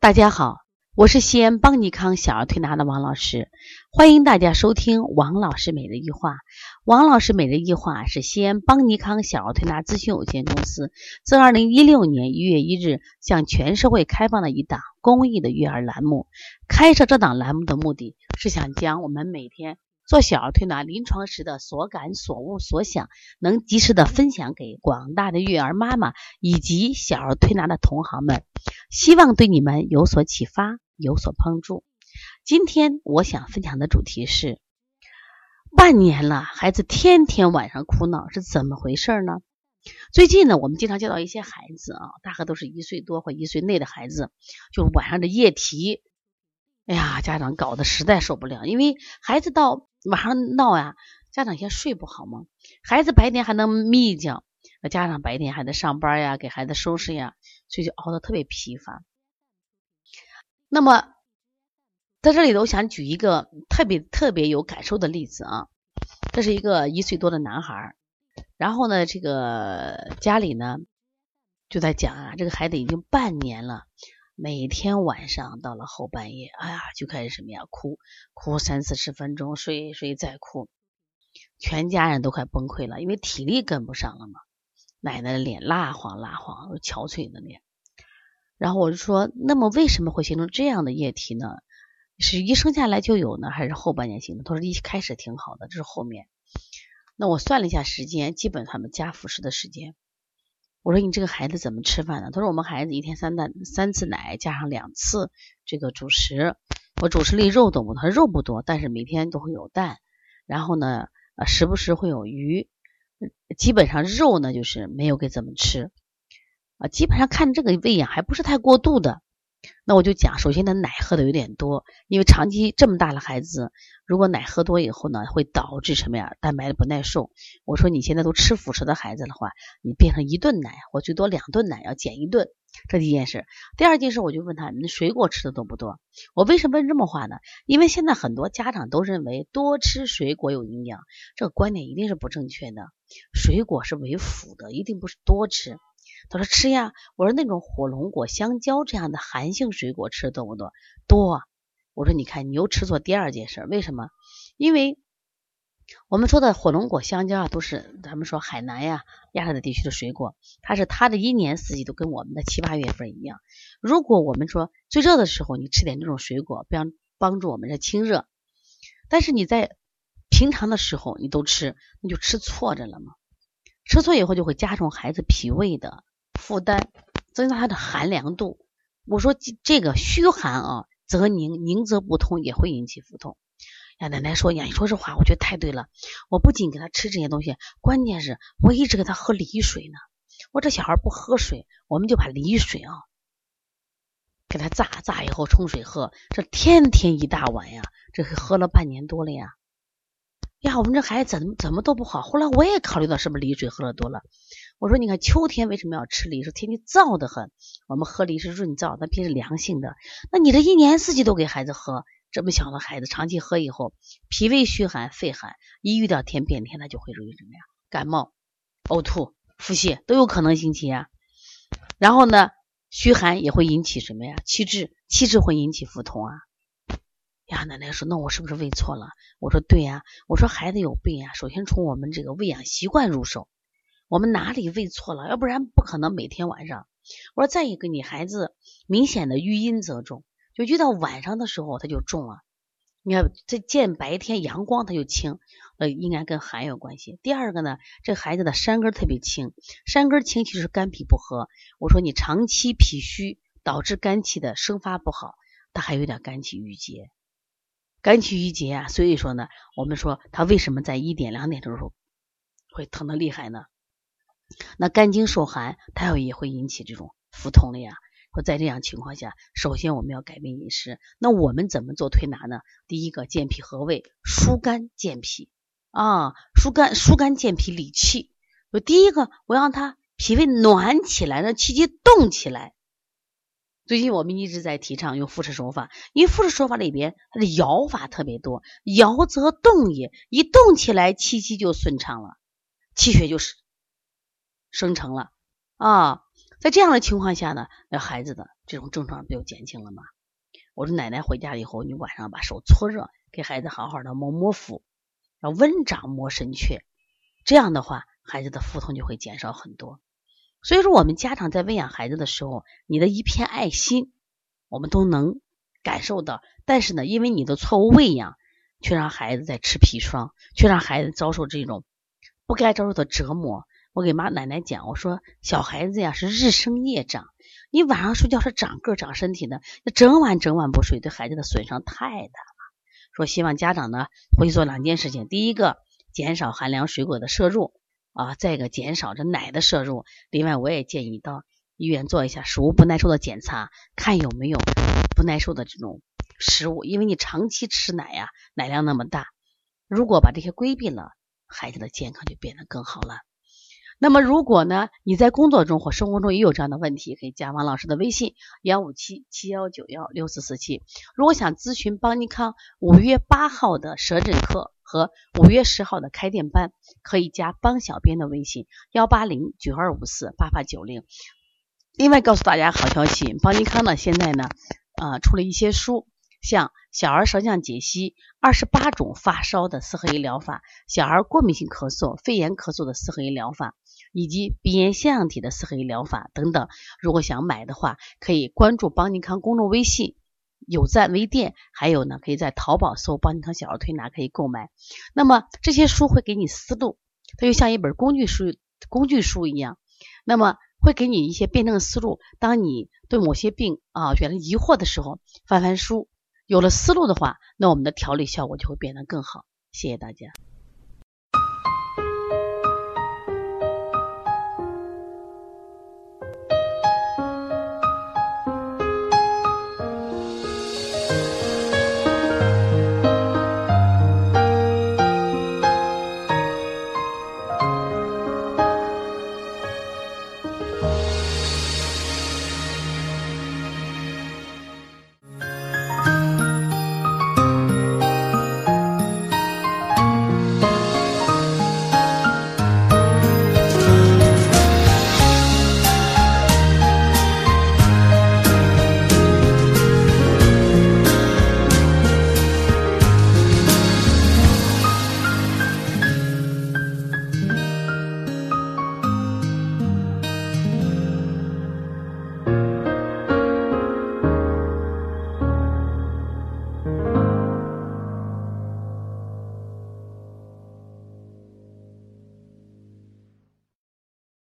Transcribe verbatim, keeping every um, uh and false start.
大家好，我是西安邦尼康小儿推拿的王老师，欢迎大家收听王老师每日一话。王老师每日一话是西安邦尼康小儿推拿咨询有限公司自二零一六年一月一日向全社会开放的一档公益的育儿栏目。开设这档栏目的目的是想将我们每天做小儿推拿临床时的所感所悟所想能及时的分享给广大的育儿妈妈以及小儿推拿的同行们，希望对你们有所启发，有所帮助。今天我想分享的主题是半年了，孩子天天晚上哭闹是怎么回事呢？最近呢，我们经常见到一些孩子啊，大概都是一岁多或一岁内的孩子，就晚上的夜啼，哎呀，家长搞得实在受不了，因为孩子到晚上闹呀，家长先睡不好嘛，孩子白天还能眯一觉，家长白天还得上班呀，给孩子收拾呀，所以就熬得特别疲乏。那么在这里头我想举一个特别特别有感受的例子啊，这是一个一岁多的男孩，然后呢这个家里呢就在讲啊，这个孩子已经半年了，每天晚上到了后半夜，哎呀就开始什么呀，哭哭三四十分钟，睡睡再哭，全家人都快崩溃了，因为体力跟不上了嘛，奶奶的脸蜡黄蜡黄，憔悴的脸。然后我就说，那么为什么会形成这样的液体呢？是一生下来就有呢，还是后半年形成？他说一开始挺好的，这是后面。那我算了一下时间，基本他们家辅食的时间。我说你这个孩子怎么吃饭呢？他说我们孩子一天三蛋三次奶加上两次这个主食，我主食里肉多不多？他肉不多，但是每天都会有蛋，然后呢呃时不时会有鱼，基本上肉呢就是没有给怎么吃啊，基本上看这个喂养还不是太过度的。那我就讲，首先他奶喝的有点多，因为长期这么大的孩子，如果奶喝多以后呢，会导致什么呀？蛋白的不耐受。我说你现在都吃辅食的孩子的话，你变成一顿奶或最多两顿奶，要减一顿，这第一件事。第二件事，我就问他，你水果吃的多不多？我为什么问这么话呢？因为现在很多家长都认为多吃水果有营养，这个观点一定是不正确的。水果是为辅的，一定不是多吃。他说吃呀，我说那种火龙果、香蕉这样的寒性水果吃的多不多？多啊。我说你看你又吃错第二件事，为什么？因为我们说的火龙果、香蕉啊，都是咱们说海南呀、亚热带地区的水果，它是它的一年四季都跟我们的七八月份一样。如果我们说最热的时候你吃点这种水果，帮帮助我们这清热，但是你在平常的时候你都吃，你就吃错着了嘛。吃错以后就会加重孩子脾胃的负担，增加它的寒凉度。我说这个虚寒啊，则凝，凝则不通，也会引起腹痛。呀，奶奶说呀，你说这话我觉得太对了。我不仅给他吃这些东西，关键是我一直给他喝梨水呢。我这小孩不喝水，我们就把梨水啊给他榨榨以后冲水喝，这天天一大碗呀，这喝了半年多了呀。呀，我们这孩子怎么怎么都不好。后来我也考虑到是不是梨水喝了多了。我说你看秋天为什么要吃梨？是天气燥得很，我们喝梨是润燥，它偏是凉性的。那你这一年四季都给孩子喝，这么小的孩子长期喝以后，脾胃虚寒、肺寒，一遇到天变天，他就会容易什么呀？感冒、呕吐、腹泻都有可能引起呀。然后呢，虚寒也会引起什么呀？气滞，气滞会引起腹痛啊。呀，奶奶说那我是不是喂错了？我说对呀，我说孩子有病呀，首先从我们这个喂养习惯入手，我们哪里喂错了？要不然不可能每天晚上。我说再一个，你孩子明显的遇阴则重，就遇到晚上的时候他就重了。你看这见白天阳光他就轻，呃，应该跟寒有关系。第二个呢，这孩子的山根特别轻，山根轻其实肝脾不和。我说你长期脾虚导致肝气的生发不好，他还有点肝气郁结。肝气郁结啊，所以说呢，我们说他为什么在一点两点的时候会疼得厉害呢？那肝经受寒，它也会引起这种腹痛的呀。说在这样情况下，首先我们要改变饮食。那我们怎么做推拿呢？第一个，健脾和胃，疏肝健脾啊，疏肝疏肝健脾理气。就第一个，我让他脾胃暖起来，让气机动起来。最近我们一直在提倡用腹式手法，因为腹式手法里边它的摇法特别多，摇则动也，一动起来气机就顺畅了，气血就是生成了啊。 在这样的情况下呢，那孩子的这种症状不就减轻了吗？我说奶奶回家以后，你晚上把手搓热，给孩子好好的摸摸腹，要温掌摸神阙，这样的话孩子的腹痛就会减少很多。所以说我们家长在喂养孩子的时候，你的一片爱心我们都能感受到，但是呢，因为你的错误喂养，却让孩子在吃砒霜，却让孩子遭受这种不该遭受的折磨。我给妈奶奶讲，我说小孩子呀是日生夜长，你晚上睡觉是长个长身体的，那整晚整晚不睡，对孩子的损伤太大了。说希望家长呢会做两件事情，第一个减少寒凉水果的摄入啊，再一个减少这奶的摄入。另外我也建议到医院做一下食物不耐受的检查，看有没有不耐受的这种食物，因为你长期吃奶呀，奶量那么大，如果把这些规避了，孩子的健康就变得更好了。那么如果呢你在工作中或生活中也有这样的问题，可以加王老师的微信幺五七七幺九幺六四四七。如果想咨询邦尼康五月八号的舌诊课和五月十号的开店班，可以加邦小编的微信幺八零九二五四八八九零。另外告诉大家好消息，邦尼康呢现在呢呃出了一些书，像小儿舌象解析二十八种发烧的四合一疗法，小儿过敏性咳嗽肺炎咳嗽的四合一疗法，以及鼻炎腺样体的四合一疗法等等。如果想买的话，可以关注邦尼康公众微信有赞微店，还有呢可以在淘宝搜邦尼康小儿推拿可以购买。那么这些书会给你思路，它就像一本工具书工具书一样，那么会给你一些辩证思路。当你对某些病啊觉得疑惑的时候，翻翻书，有了思路的话，那我们的调理效果就会变得更好。谢谢大家。